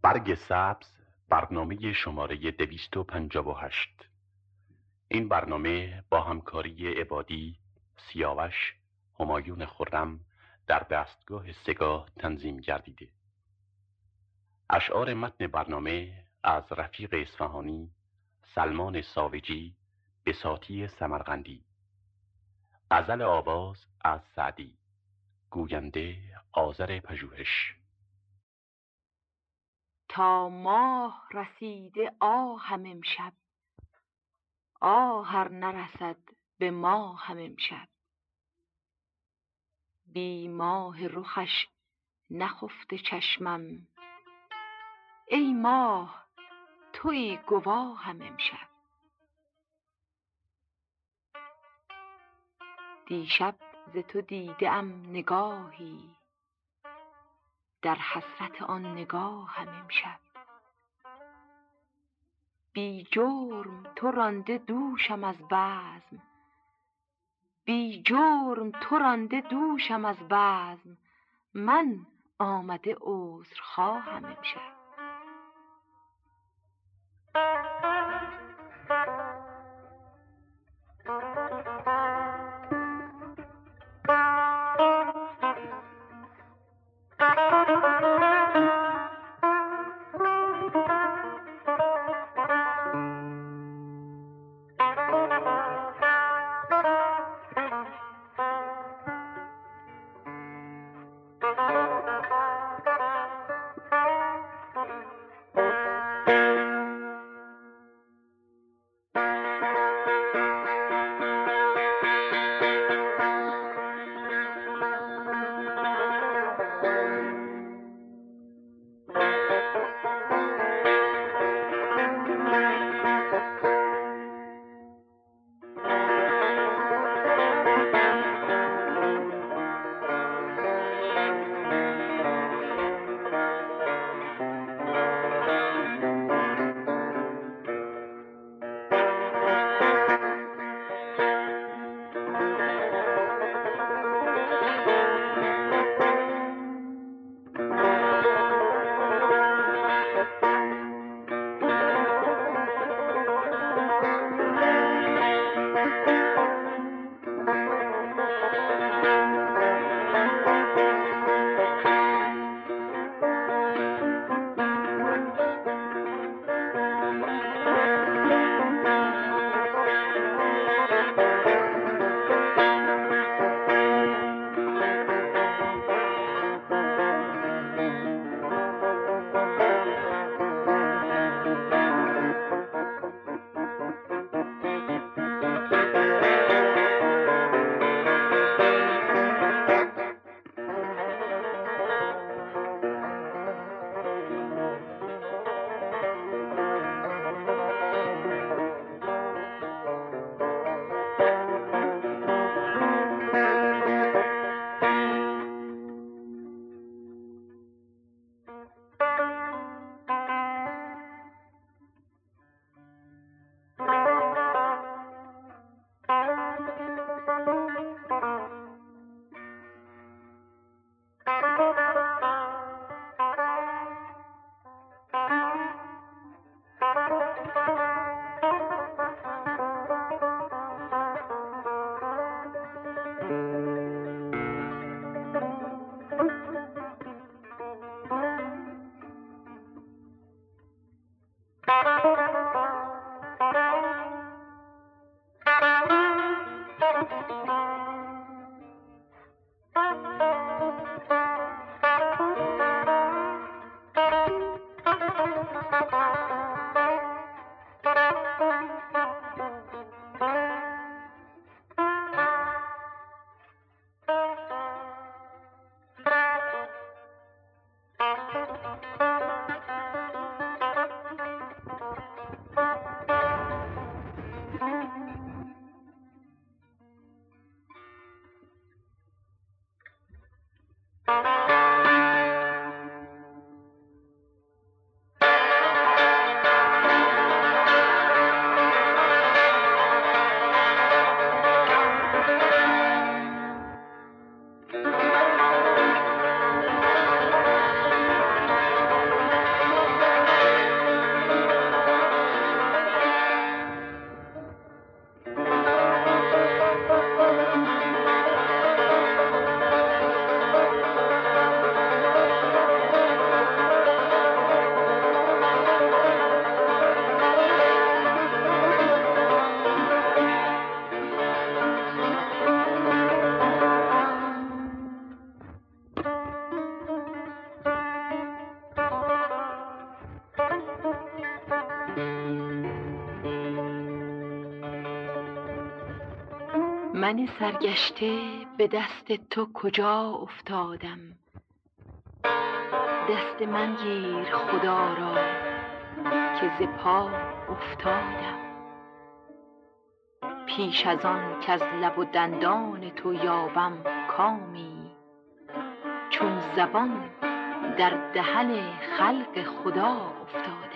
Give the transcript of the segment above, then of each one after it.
برگ سبز، برنامه شماره 258. این برنامه با همکاری عبادی، سیاوش، همایون خرم در دستگاه سگاه تنظیم گردیده. اشعار متن برنامه از رفیق اصفهانی، سلمان ساوجی، بساطی سمرقندی. غزل آواز از سعدی. گوینده آذر پژوهش. تا ماه رسیده آهم امشب، آه ار نرسد به ماهم امشب. بی ماه رخش نخفته چشمم، ای ماه تویی گواهم امشب. دیشب ز تو دیده ام نگاهی، در حسرت آن نگاهم امشب. بی جرم تو رانده دوشم از بزم، بی جرم تو رانده دوشم از بزم. من آمده عذرخواهم امشب. من سرگشته به دست تو کجا افتادم؟ دست من گیر خدا را که ز پا افتادم. پیش از آن کز لب و دندان تو یابم کامی، چون زبان در دهن خلق خدا افتادم.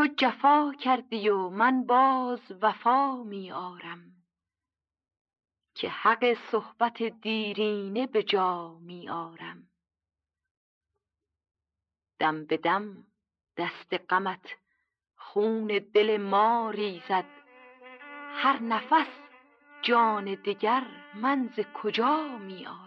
تو جفا کردی و من باز وفا می آرم، که حق صحبت دیرینه به جا می آرم. دم به دم دست غمت خون دل ما ریزد، هر نفس جان دگر من ز کجا می آرم.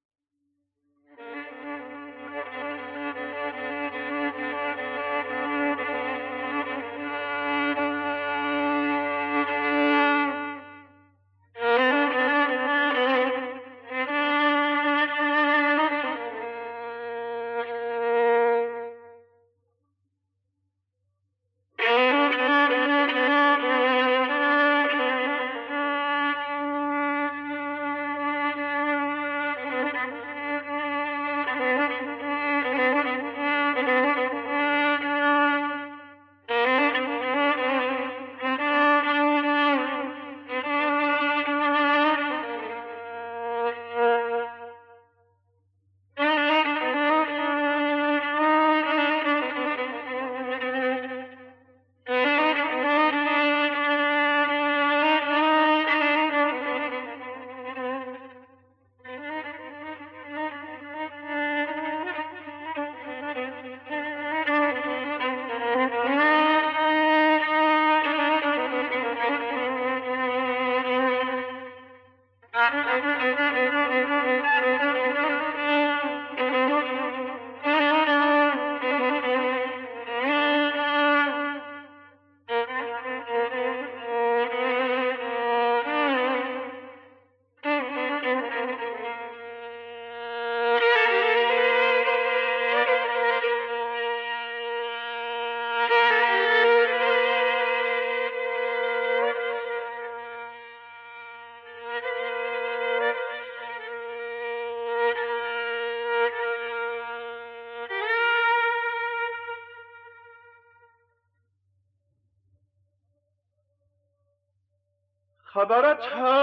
خبرت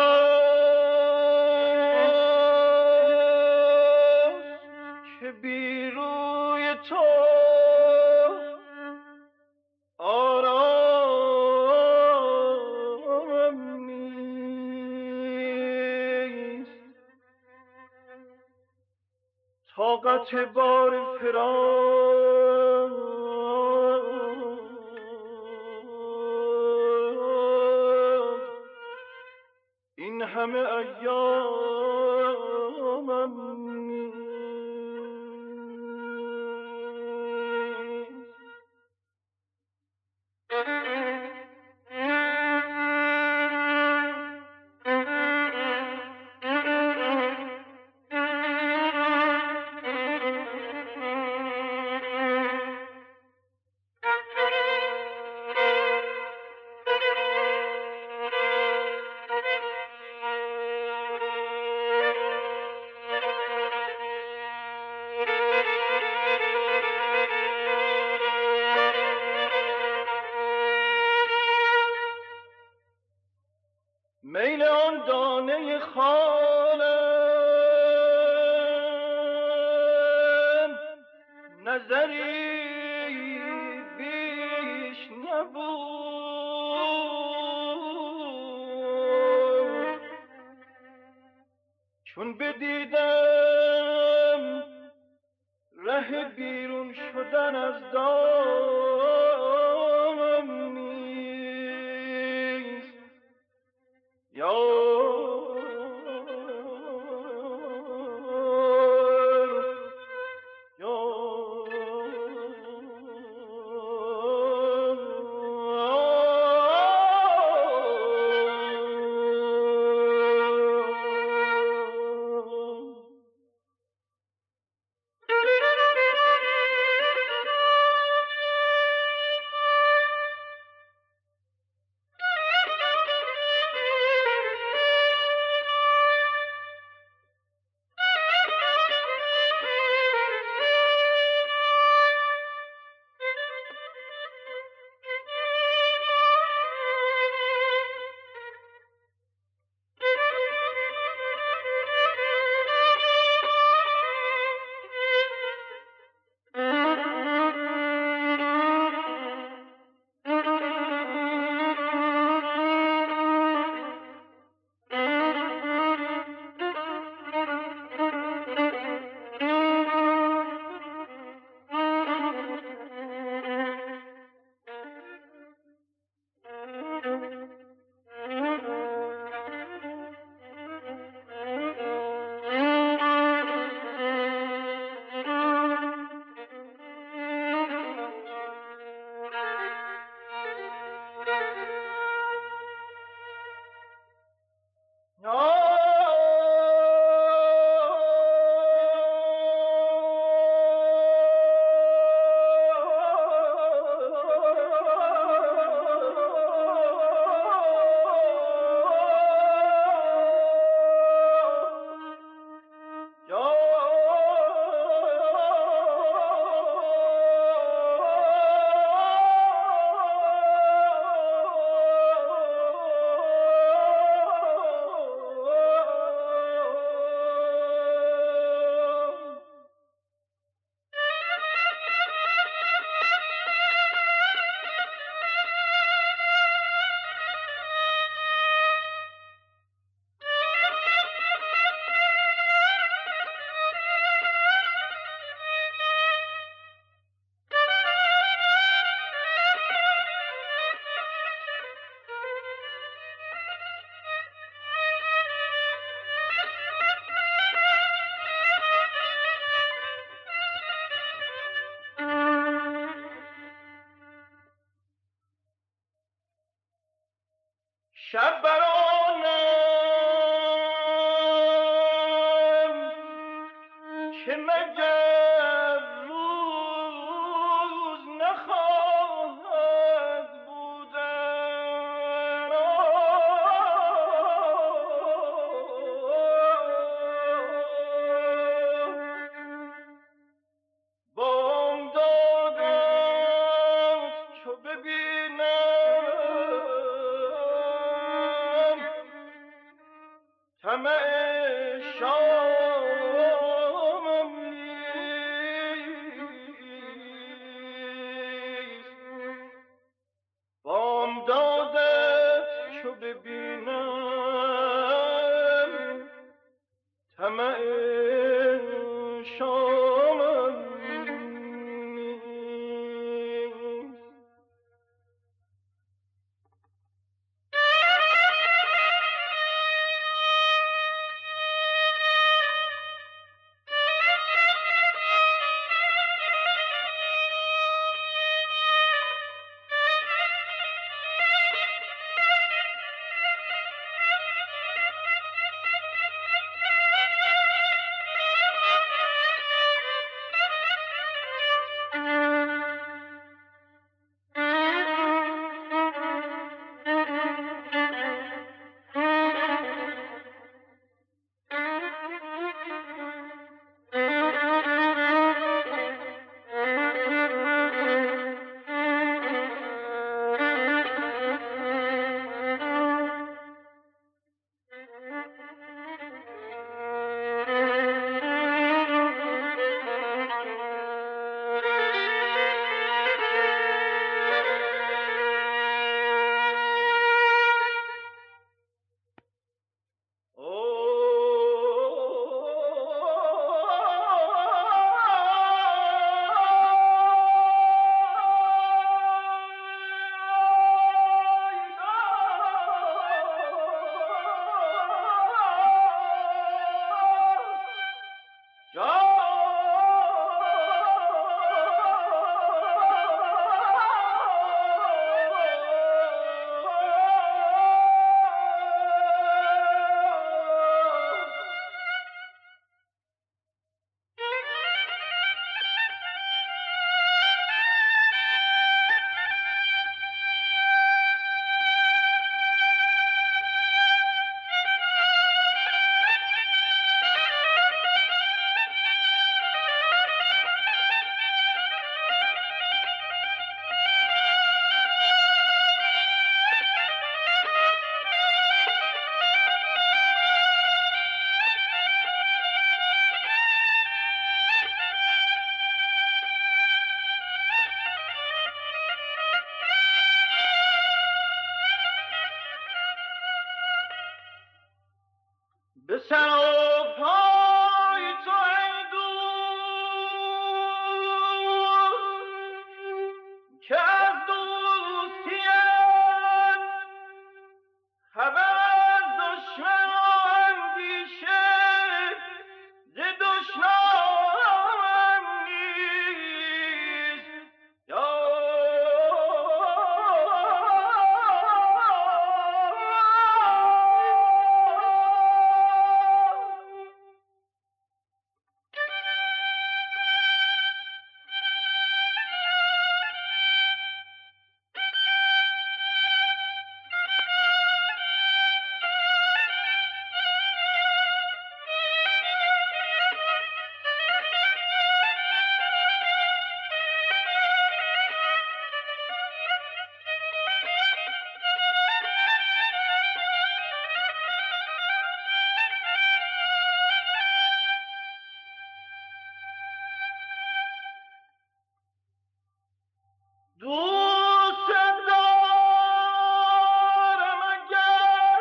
هست که بی روی تو آرام نیست، طاقت بار فراق این همه ایامم نیست. میل آن دانه خالم نظری بیش نبود، چون بدیدم ره بیرون شدن از دامم نیست. یا شب برانم که مگر روز نخواهد بودن. بامدادت چو ببینم طمع شامم نیست. بامدادت چو ببینم طمع شامم نیست. به سراپای تو ای دوست که از دوستیت خبر از دشمن و اندیشه ز دشنام نیست. دوست دارم اگر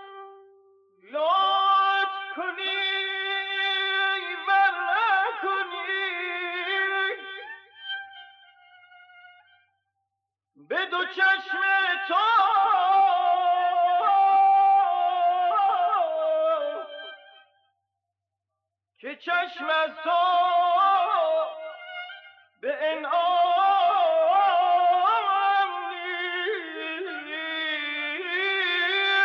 لطف کنی ور نکنی به دو چشم تو که چشم از تو به انعام نیست.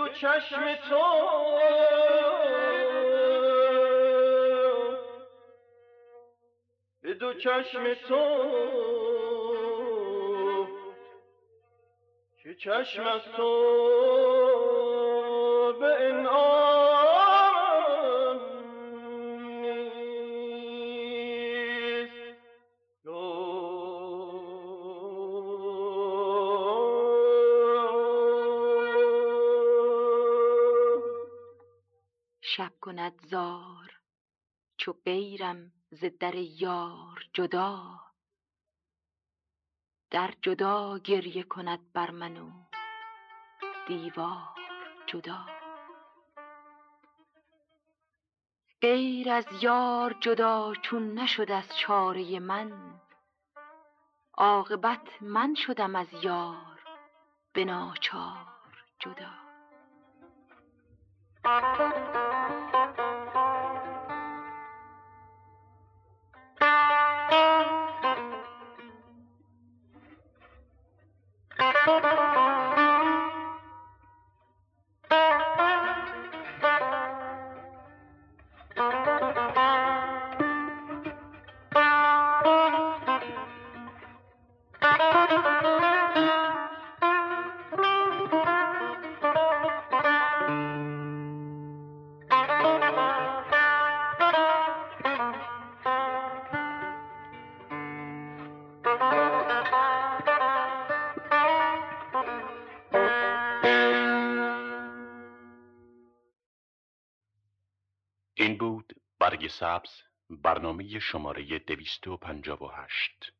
دو چشم تو به دو چشم تو که چشم از تو به انعام نیست. شب کند زار چو غیرم ز در یار جدا، در جدا گریه کند بر من و دیوار جدا. غیر از یار جدا چون نشد از چاره من، عاقبت من شدم از یار به ناچار جدا. این بود برگ سبز، برنامه شماره 258.